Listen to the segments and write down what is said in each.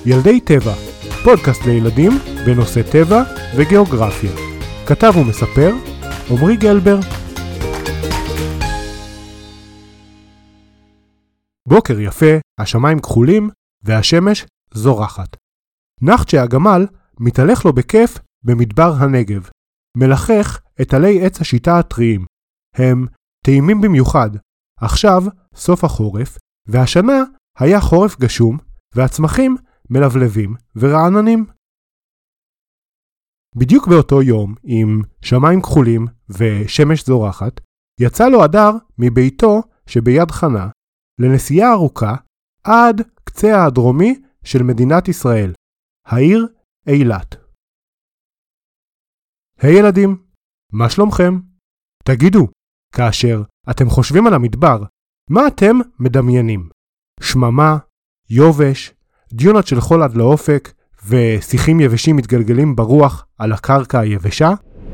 ילדי טבע, פודקאסט לילדים בנושא טבע וגיאוגרפיה. כתב ומספר עמרי גלבר. בוקר יפה, השמיים כחולים והשמש זורחת. נחצ'ה הגמל מתהלך לו בכיף במדבר הנגב, מלחך את עלי עץ השיטה הטריים. הם טעימים במיוחד. עכשיו סוף החורף, והשנה היה חורף גשום, והצמחים מלבלבים ורעננים. בדיוק באותו יום, עם שמיים כחולים ושמש זורחת, יצא לו הדר מביתו שביד חנה, לנסיעה ארוכה עד קצה הדרומי של מדינת ישראל, העיר אילת. היי ילדים, מה שלומכם? תגידו, כאשר אתם חושבים על המדבר, מה אתם מדמיינים? שממה, יובש, דיונות של חול עד לאופק, ושיחים יבשים מתגלגלים ברוח על הקרקע היבשה?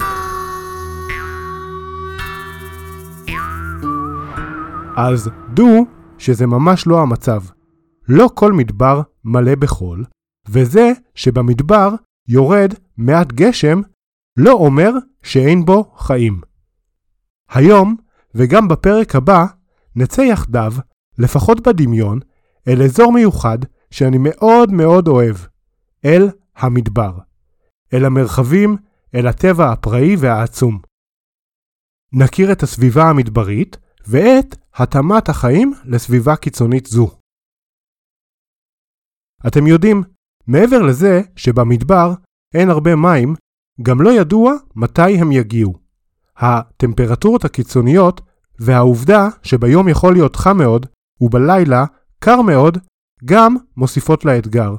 אז דעו שזה ממש לא המצב. לא כל מדבר מלא בחול, וזה שבמדבר יורד מעט גשם לא אומר שאין בו חיים. היום וגם בפרק הבא נצא יחדיו, לפחות בדמיון, אל אזור מיוחד שאני מאוד מאוד אוהב, אל המדבר, אל המרחבים, אל הטבע הפראי והעצום. נכיר את הסביבה המדברית ואת התאמת החיים לסביבה קיצונית זו. אתם יודעים, מעבר לזה שבמדבר אין הרבה מים, גם לא ידוע מתי הם יגיעו. הטמפרטורות הקיצוניות והעובדה שביום יכול להיות חם מאוד ובלילה קר מאוד גם מוסיפות לאתגר.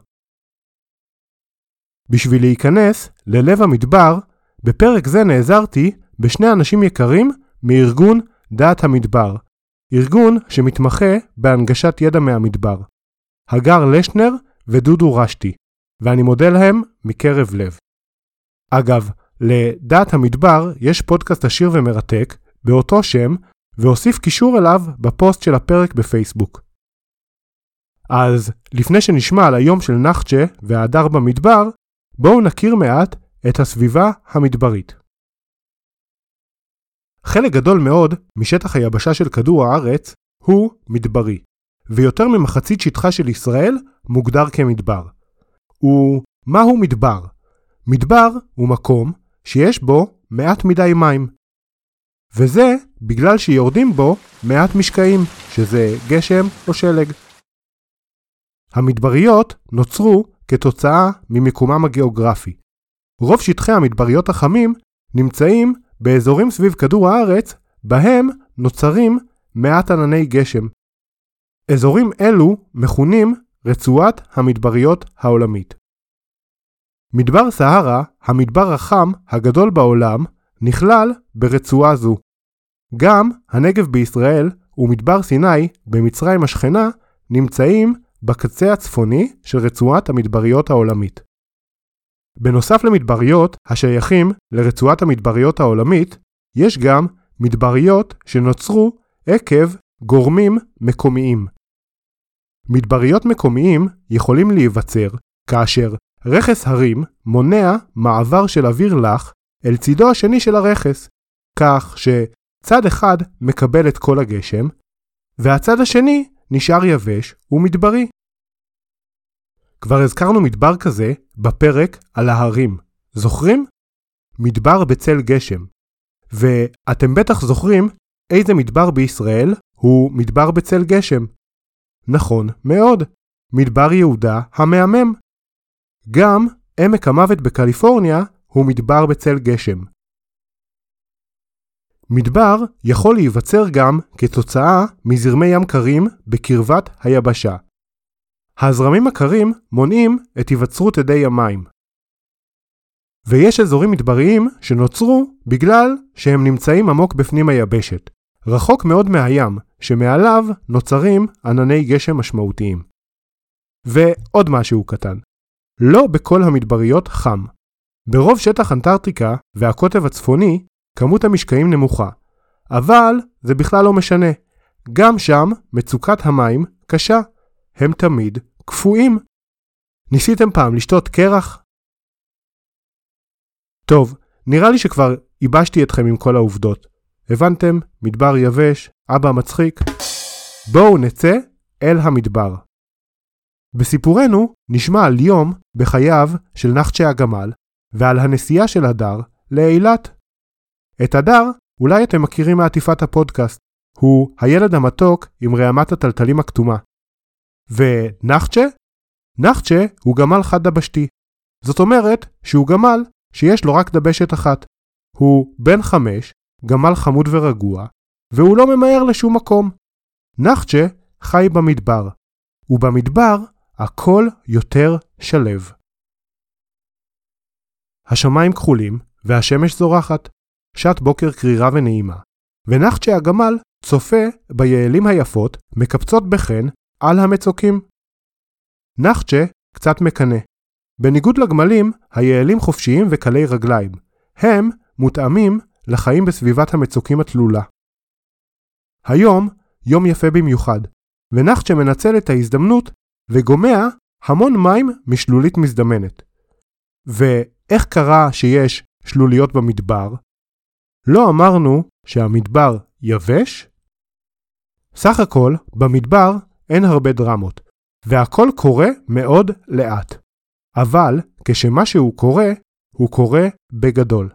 בשביל להיכנס ללב המדבר, בפרק זה נעזרתי בשני אנשים יקרים מארגון דעת המדבר, ארגון שמתמחה בהנגשת ידע מהמדבר, הגר לשנר ודודו רשתי, ואני מודה להם מקרב לב. אגב, לדעת המדבר יש פודקאסט עשיר ומרתק באותו שם, והוסיף קישור אליו בפוסט של הפרק בפייסבוק. אז לפני שנשמע על היום של נחצ'ה וההדר במדבר, בואו נכיר מעט את הסביבה המדברית. חלק גדול מאוד משטח היבשה של כדור הארץ הוא מדברי, ויותר ממחצית שטחה של ישראל מוגדר כמדבר. ומהו מדבר? מדבר הוא מקום שיש בו מעט מדי מים. וזה בגלל שיורדים בו מעט משקעים, שזה גשם או שלג. המדבריות נוצרו כתוצאה ממיקומם הגיאוגרפי. רוב שטחי המדבריות החמים נמצאים באזורים סביב כדור הארץ, בהם נוצרים מעט ענני גשם. אזורים אלו מכונים רצועת המדבריות העולמית. מדבר סהרה, המדבר החם הגדול בעולם, נכלל ברצועה זו. גם הנגב בישראל ומדבר סיני במצרים השכנה נמצאים בקצה הצפוני של רצועת המדבריות העולמית. בנוסף למדבריות השייכים לרצועת המדבריות העולמית, יש גם מדבריות שנוצרו עקב גורמים מקומיים. מדבריות מקומיים יכולים להיווצר כאשר רכס הרים מונע מעבר של אוויר לח אל צידו השני של הרכס, כך שצד אחד מקבל את כל הגשם, והצד השני נשאר יבש ומדברי. כבר הזכרנו מדבר כזה בפרק על ההרים. זוכרים? מדבר בצל גשם. ואתם בטח זוכרים איזה מדבר בישראל הוא מדבר בצל גשם. נכון מאוד, מדבר יהודה המהמם. גם עמק המוות בקליפורניה הוא מדבר בצל גשם. מדבר יכול להיווצר גם כתוצאה מזרמי ים קרים בקרבת היבשה. הזרמים הקרים מונעים את היווצרות אדי המים. ויש אזורים מדבריים שנוצרו בגלל שהם נמצאים עמוק בפנים היבשת, רחוק מאוד מהים, שמעליו נוצרים ענני גשם משמעותיים. ועוד משהו קטן. לא בכל המדבריות חם. ברוב שטח אנטארקטיקה והקוטב הצפוני כמות המשקעים נמוכה, אבל זה בכלל לא משנה. גם שם מצוקת המים קשה. הם תמיד קפואים. ניסיתם פעם לשתות קרח? טוב, נראה לי שכבר ייבשתי אתכם עם כל העובדות. הבנתם? מדבר יבש, אבא מצחיק. בואו נצא אל המדבר. בסיפורנו נשמע על יום בחייו של נחצ'ה הגמל ועל הנסיעה של הדר לאילת. את הדר אולי אתם מכירים מעטיפת הפודקאסט. הוא הילד המתוק עם רעמת הטלטלים הכתומה. ונחצ'ה? נחצ'ה הוא גמל חד דבשתי. זאת אומרת שהוא גמל שיש לו רק דבשת אחת. הוא בן 5, גמל חמוד ורגוע, והוא לא ממהר לשום מקום. נחצ'ה חי במדבר, ובמדבר הכל יותר שלב. השמיים כחולים והשמש זורחת, שעת בוקר קרירה ונעימה, ונחצ'ה הגמל צופה ביעלים היפות מקפצות בחן על המצוקים. נחצ'ה קצת מקנה. בניגוד לגמלים, היעלים חופשיים וקלי רגליים. הם מותאמים לחיים בסביבת המצוקים התלולה. היום יום יפה במיוחד, ונחצ'ה מנצל את ההזדמנות וגומע המון מים משלולית מזדמנת. ואיך קרה שיש שלוליות במדבר? לא אמרנו שהמדבר יבש? סך הכל, במדבר אין הרבה דרמות, והכל קורה מאוד לאט. אבל כשמשהו קורה, הוא קורה בגדול.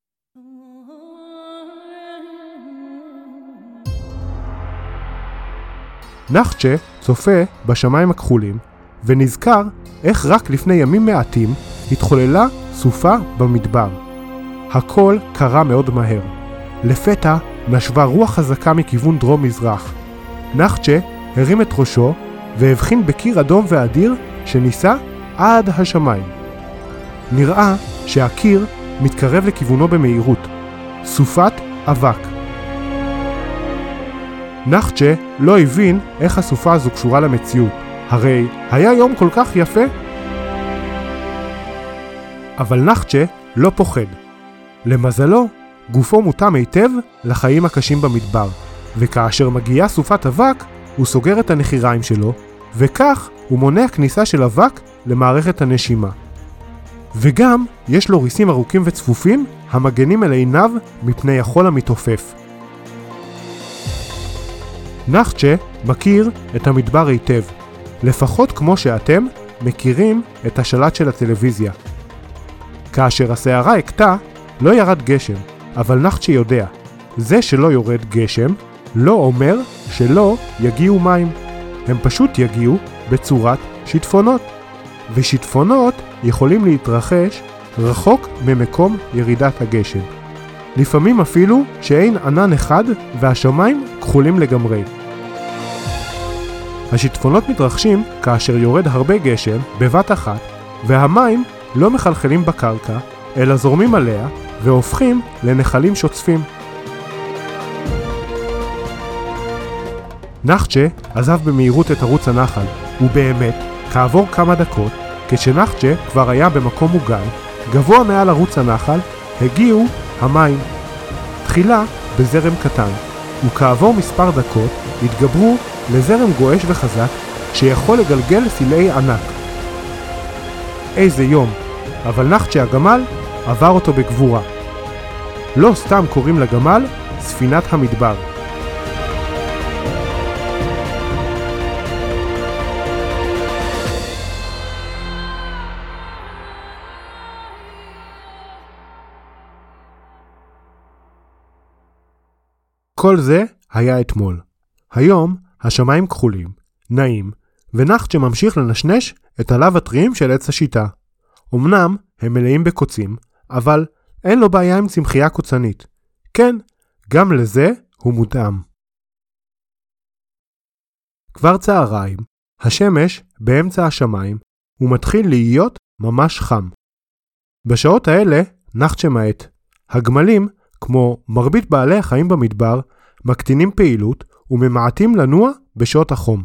נחצ'ה צופה בשמיים הכחולים, ונזכר איך רק לפני ימים מעטים התחוללה סופה במדבר. הכל קרה מאוד מהר. לפתע נשבה רוח חזקה מכיוון דרום-מזרח. נחצ'ה הרים את ראשו והבחין בקיר אדום ואדיר שניסה עד השמיים. נראה שהקיר מתקרב לכיוונו במהירות. סופת אבק. נחצ'ה לא הבין איך הסופה הזו קשורה למציאות. הרי היה יום כל כך יפה. אבל נחצ'ה לא פוחד. למזלו, גופו מותאם היטב לחיים הקשים במדבר, וכאשר מגיעה סופת אבק, הוא סוגר את הנחיריים שלו, וכך הוא מונע כניסה של אבק למערכת הנשימה. וגם יש לו ריסים ארוכים וצפופים המגנים על עיניו מפני החול המתעופף. נחצ'ה מכיר את המדבר היטב, לפחות כמו שאתם מכירים את השלט של הטלוויזיה. כאשר הסערה הקטה, לא ירד גשם, אבל נחצ'ה יודע, זה שלא יורד גשם לא אומר שלא יגיעו מים. הם פשוט יגיעו בצורת שיטפונות. ושיטפונות יכולים להתרחש רחוק ממקום ירידת הגשם. לפעמים אפילו שאין ענן אחד והשמיים כחולים לגמרי. השיטפונות מתרחשים כאשר יורד הרבה גשם בבת אחת, והמים לא מחלחלים בקרקע, אלא זורמים עליה והופכים לנחלים שוצפים. נחצ'ה עזב במהירות את ערוץ הנחל, ובאמת, כעבור כמה דקות, כשנחצ'ה כבר היה במקום מוגן, גבוה מעל ערוץ הנחל, הגיעו המים. תחילה בזרם קטן, וכעבור מספר דקות התגברו לזרם גואש וחזק שיכול לגלגל סלעי ענק. איזה יום, אבל נחצ'ה הגמל עבר אותו בגבורה. לא סתם קוראים לגמל ספינת המדבר. כל זה היה אתמול. היום השמיים כחולים, נעים, ונחצ'ה ממשיך לנשנש את עליו הטריים של עץ השיטה. אמנם הם מלאים בקוצים, אבל אין לו בעיה עם צמחייה קוצנית. כן, גם לזה הוא מותאם. כבר צהריים, השמש באמצע השמיים, הוא מתחיל להיות ממש חם. בשעות האלה נחצ'ה מעט. הגמלים, כמו מרבית בעלי החיים במדבר, מקטינים פעילות וממעטים לנוע בשעות החום.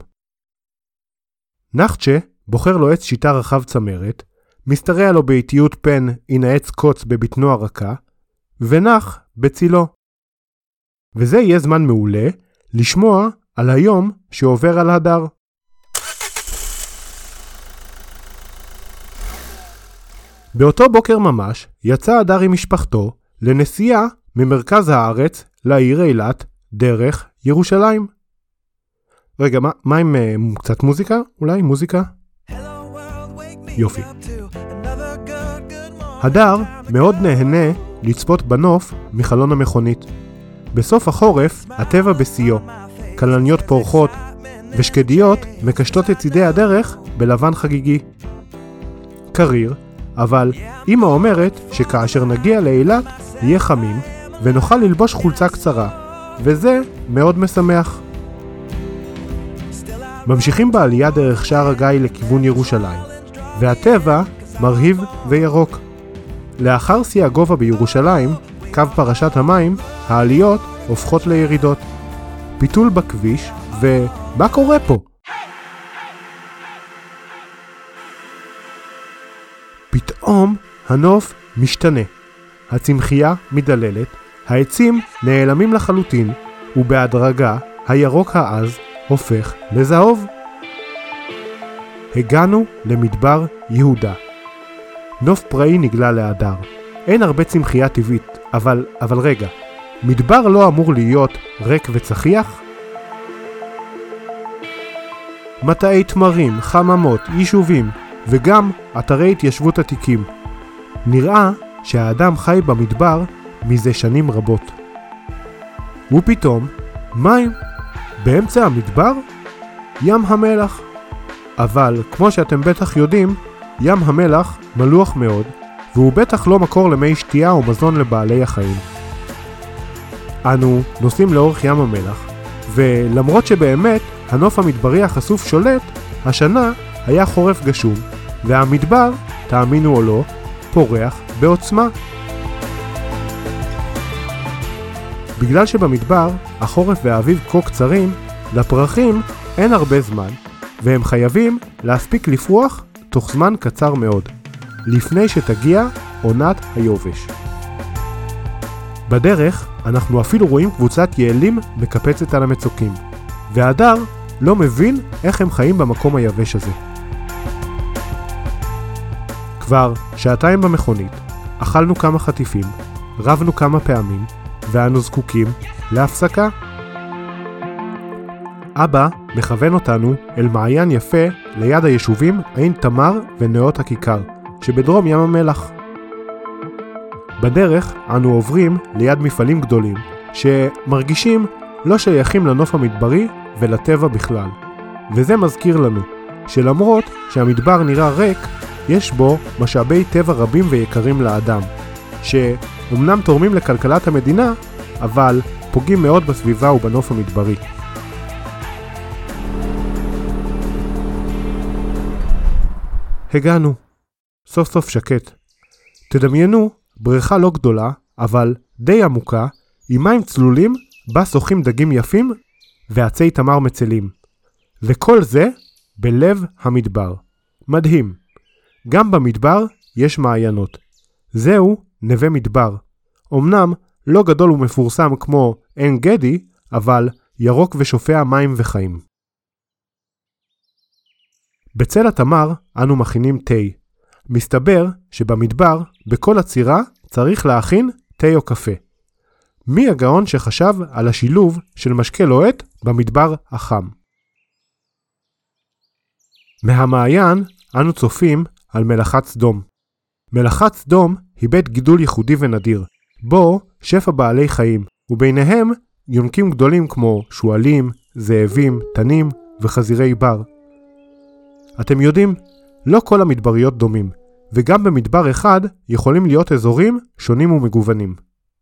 נחצ'ה בוחר לו עץ שיטה רחב צמרת, מסתרע לו באיטיות פן ינעץ קוץ בבטנו הרכה, ונח בצילו. וזה יהיה זמן מעולה לשמוע על היום שעובר על הדר. באותו בוקר ממש יצא הדר עם משפחתו לנסיעה ממרכז הארץ לעיר אילת דרך ירושלים. רגע, מה עם קצת מוזיקה? אולי מוזיקה? יופי. הדר מאוד נהנה לצפות בנוף מחלון המכונית. בסוף החורף הטבע בשיאו. כלניות פורחות ושקדיות מקשטות את צידי הדרך בלבן חגיגי. קריר, אבל אמא אומרת שכאשר נגיע לאילת יהיה חמים ונוכל ללבוש חולצה קצרה, וזה מאוד משמח. ממשיכים בעלייה דרך שער הגיא לכיוון ירושלים, והטבע מרהיב וירוק. לאחר שיא הגובה בירושלים, קו פרשת המים, העליות הופכות לירידות. פיתול בכביש, ומה קורה פה? פתאום הנוף משתנה. הצמחייה מדללת, העצים נעלמים לחלוטין, ובהדרגה הירוק העז הופך לזהוב. הגענו למדבר יהודה. נוף פראי נגלה להדר. אין הרבה צמחייה טבעית, אבל רגע, מדבר לא אמור להיות ריק וצחיח? מטעי תמרים, חממות, יישובים, וגם אתרי התיישבות עתיקים. נראה שהאדם חי במדבר מזה שנים רבות. ופתאום, מים. באמצע המדבר? ים המלח. אבל, כמו שאתם בטח יודעים, ים המלח מלוח מאוד, והוא בטח לא מקור למי שתייה או מזון לבעלי החיים. אנו נוסעים לאורך ים המלח, ולמרות שבאמת הנוף המדברי החשוף שולט, השנה היה חורף גשום, והמדבר, תאמינו או לא, פורח בעוצמה. בגלל שבמדבר החורף והאביב כה קצרים, לפרחים אין הרבה זמן, והם חייבים להספיק לפרוח תוך זמן קצר מאוד, לפני שתגיע עונת היובש. בדרך אנחנו אפילו רואים קבוצת יעלים מקפצת על המצוקים, והדר לא מבין איך הם חיים במקום היבש הזה. כבר שעתיים במכונית, אכלנו כמה חטיפים, רבנו כמה פעמים, ואנו זקוקים להפסקה. אבא מכוון אותנו אל מעיין יפה ליד היישובים עין תמר ונאות הכיכר, שבדרום ים המלח. בדרך אנו עוברים ליד מפעלים גדולים, שמרגישים לא שייכים לנוף המדברי ולטבע בכלל. וזה מזכיר לנו שלמרות שהמדבר נראה ריק, יש בו משאבי טבע רבים ויקרים לאדם, שאומנם תורמים לכלכלת המדינה, אבל פוגעים מאוד בסביבה ובנוף המדברי. הגענו. סוף סוף שקט. תדמיינו בריכה לא גדולה, אבל די עמוקה, עם מים צלולים, בה שוחים דגים יפים ועצי תמר מצלים. וכל זה בלב המדבר. מדהים. גם במדבר יש מעיינות. זהו נווה מדבר. אמנם לא גדול ומפורסם כמו עין גדי, אבל ירוק ושופע מים וחיים. בצל התמר אנו מכינים תה. מסתבר שבמדבר בכל הצירה צריך להכין תה או קפה. מי הגאון שחשב על השילוב של משקה לוהט במדבר החם? מהמעיין אנו צופים על מלאכת סדום. מלאכת סדום היא בית גידול ייחודי ונדיר, בו שפע בעלי חיים, וביניהם יונקים גדולים כמו שועלים, זאבים, תנים וחזירי בר. אתם יודעים, לא כל המדבריות דומים, וגם במדבר אחד יכולים להיות אזורים שונים ומגוונים.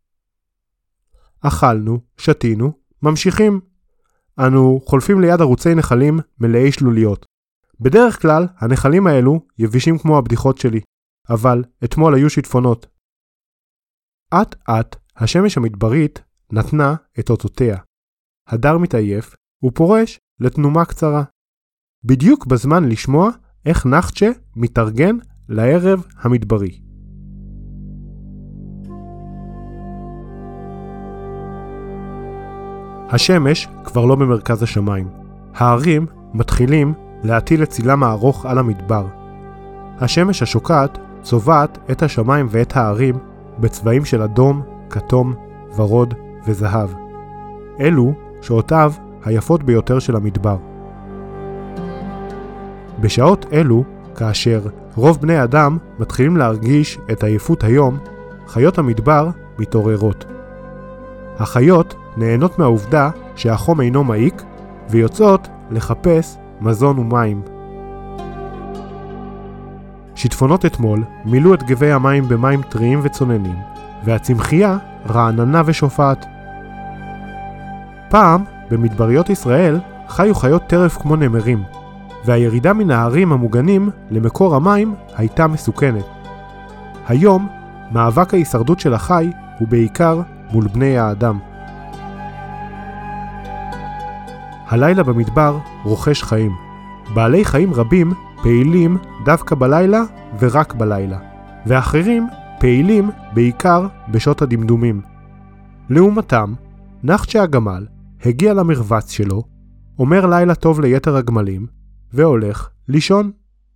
אכלנו, שתינו, ממשיכים. אנו חולפים ליד ערוצי נחלים מלאי שלוליות. בדרך כלל הנחלים האלו יבישים כמו הבדיחות שלי, אבל אתמול היו שיטפונות. עט עט השמש המדברית נתנה את אותותיה. הדר מתעייף ופורש לתנומה קצרה. בדיוק בזמן לשמוע איך נחצ'ה מתארגן לערב המדברי. השמש כבר לא במרכז השמיים. הערים מתחילים להטיל את צילם הארוך על המדבר. השמש השוקעת צובעת את השמיים ואת הערים בצבעים של אדום, כתום, ורוד וזהב. אלו שעותיו היפות ביותר של המדבר. בשעות אלו, כאשר רוב בני אדם מתחילים להרגיש את עייפות היום, חיות המדבר מתעוררות. החיות נהנות מהעובדה שהחום אינו מעיק ויוצאות לחפש מזון ומים. שיטפונות אתמול מילאו את גבי המים במים טריים וצוננים, והצמחייה רעננה ושופעת. פעם, במדבריות ישראל, חיו חיות טרף כמו נמרים, והירידה מן הערים המוגנים למקור המים הייתה מסוכנת. היום, מאבק ההישרדות של החי הוא בעיקר מול בני האדם. הלילה במדבר רוכש חיים. בעלי חיים רבים פעילים דווקא בלילה ורק בלילה, ואחרים פעילים בעיקר בשעות הדמדומים. לעומתם, נחצ'ה הגמל הגיע למרבץ שלו, אומר לילה טוב ליתר הגמלים, והולך לישון.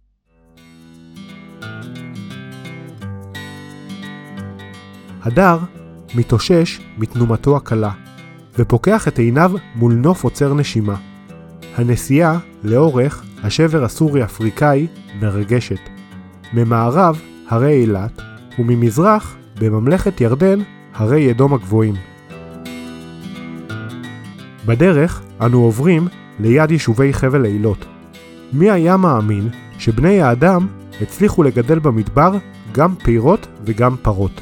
הדר מתאושש מתנומתו הקלה, ופוקח את עיניו מול נוף עוצר נשימה. הנסיעה לאורך השבר הסורי-אפריקאי מרגשת. ממערב הרי אילת, וממזרח בממלכת ירדן הרי אדום הגבוהים. בדרך אנו עוברים ליד יישובי חבל אילות. מי היה מאמין שבני האדם הצליחו לגדל במדבר גם פירות וגם פרות?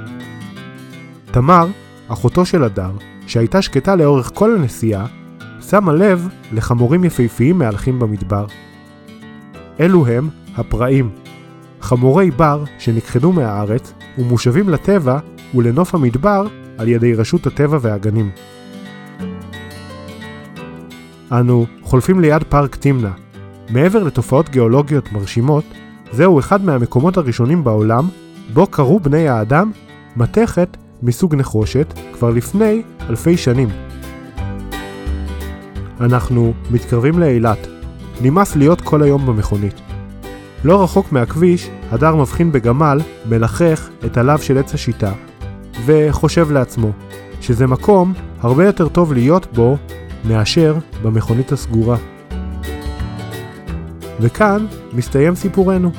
תמר, אחותו של הדר, שהייתה שקטה לאורך כל הנסיעה, שמה לב לחמורים יפהפיים מהלכים במדבר. אלו הם הפראים, חמורי בר שנכחדו מהארץ ומושבים לטבע ולנוף המדבר על ידי רשות הטבע והגנים. אנו חולפים ליד פארק תמנה. מעבר לתופעות גיאולוגיות מרשימות, זהו אחד מהמקומות הראשונים בעולם בו קרו בני האדם מתכת מסוג נחושת כבר לפני אלפי שנים. אנחנו מתקרבים לאילת. נמאס להיות כל היום במכונית. לא רחוק מהכביש, הדר מבחין בגמל מלחך את הלב של עץ השיטה, וחושב לעצמו שזה מקום הרבה יותר טוב להיות בו מאשר במכונית הסגורה. וכאן מסתיים סיפורנו.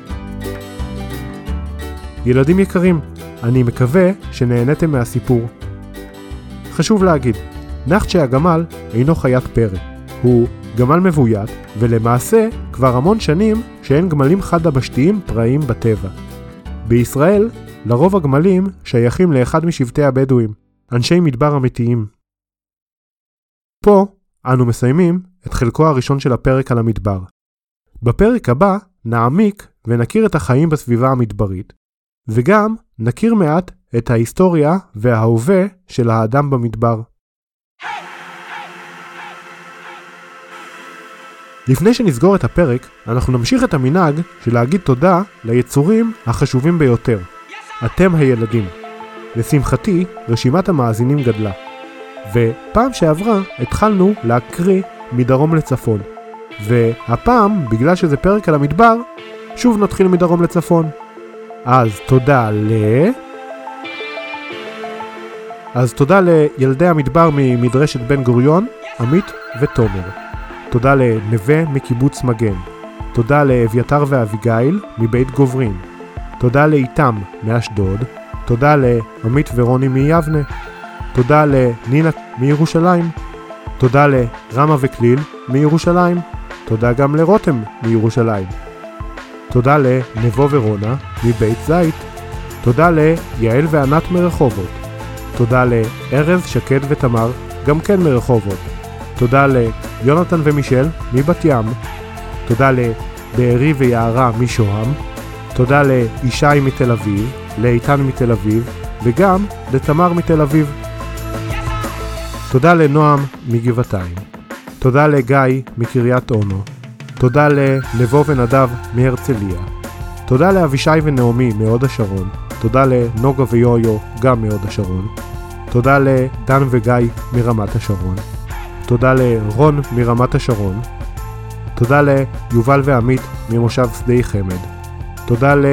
ילדים יקרים, אני מקווה שנהניתם מהסיפור. חשוב להגיד, נחצ'ה הגמל אינו חיית פרא. הוא גמל מבוית, ולמעשה כבר המון שנים שאין גמלים חד-דבשתיים פראיים בטבע. בישראל, לרוב הגמלים שייכים לאחד משבטי הבדואים, אנשי מדבר אמיתיים. פה אנו מסיימים את חלקו הראשון של הפרק על המדבר. בפרק הבא נעמיק ונכיר את החיים בסביבה המדברית, וגם נכיר מעט את ההיסטוריה וההווה של האדם במדבר. לפני שנסגור את הפרק, אנחנו נמשיך את המנהג של להגיד תודה ליצורים החשובים ביותר, אתם הילדים. לשמחתי, רשימת המאזינים גדלה. ופעם שעברה התחלנו להקריא מדרום לצפון. והפעם, בגלל שזה פרק על המדבר, שוב נתחיל מדרום לצפון. אז תודה לילדי המדבר ממדרשת בן גוריון, עמית ותומר. תודה לנווה מקיבוץ מגן. תודה לאביתר ואביגיל מבית גוברין. תודה לאיתם מאשדוד. תודה לעמית ורוני מיבנה. תודה לנינה מירושלים. תודה לרמה וכליל מירושלים. תודה גם לרותם מירושלים. תודה לנבו ורונה מבית זית. תודה ליעל וענת מרחובות. תודה לארז, שקד ותמר, גם כן מרחובות. תודה ליונתן ומישל מבת ים. תודה לבארי ויערה משוהם. תודה לישי מתל אביב, לאיתן מתל אביב, וגם לתמר מתל אביב. תודה לנועם מגבעתיים. תודה לגיא מקריית אונו. תודה לנבו ונדב מהרצליה. תודה לאבישי ונעמי מהוד השרון. תודה לנוגה ויויו גם מהוד השרון. תודה לדן וגיא מרמת השרון. תודה לרון מרמת השרון. תודה ליובל ועמית ממושב שדי חמד. תודה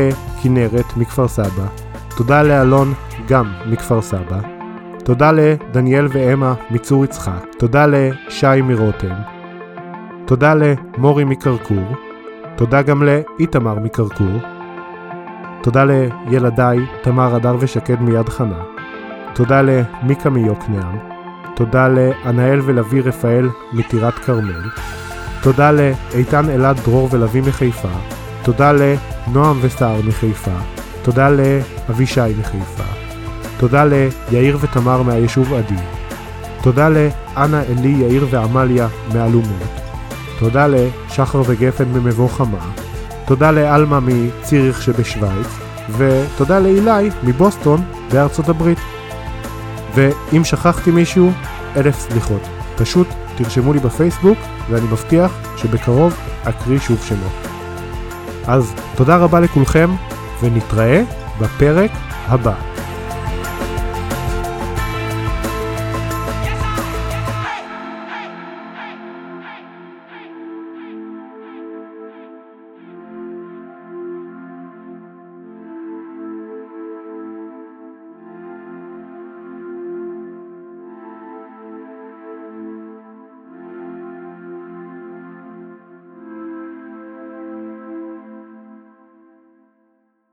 כנרת מכפר סבא. תודה לאלון גם מכפר סבא. תודה לדניאל ואמה מצור יצחק. תודה לשי מרותם. תודה למורי מקרקור. תודה גם לאיתמר מקרקור. תודה לילדיי תמר, הדר ושקד מיד חנה. תודה למיקה מיוקנעם. תודה לאנאל ולוי רפאל מטירת כרמל. תודה לאיתן אלעד דרור ולוי מחיפה. תודה לנועם וסער מחיפה. תודה לאבישי מחיפה. תודה ליאיר ותמר מהיישוב עדי. תודה לאנה, אלי, יאיר ועמליה מאלומות. תודה לשחר וגפן ממבוא חמה. תודה לאלמה מציריך שבשוויץ. ותודה לאילי מבוסטון בארצות הברית. ואם שכחתי מישהו, 1000 סליחות. פשוט תרשמו לי בפייסבוק ואני מבטיח שבקרוב אקריא שוב שמות. אז תודה רבה לכולכם ונתראה בפרק הבא.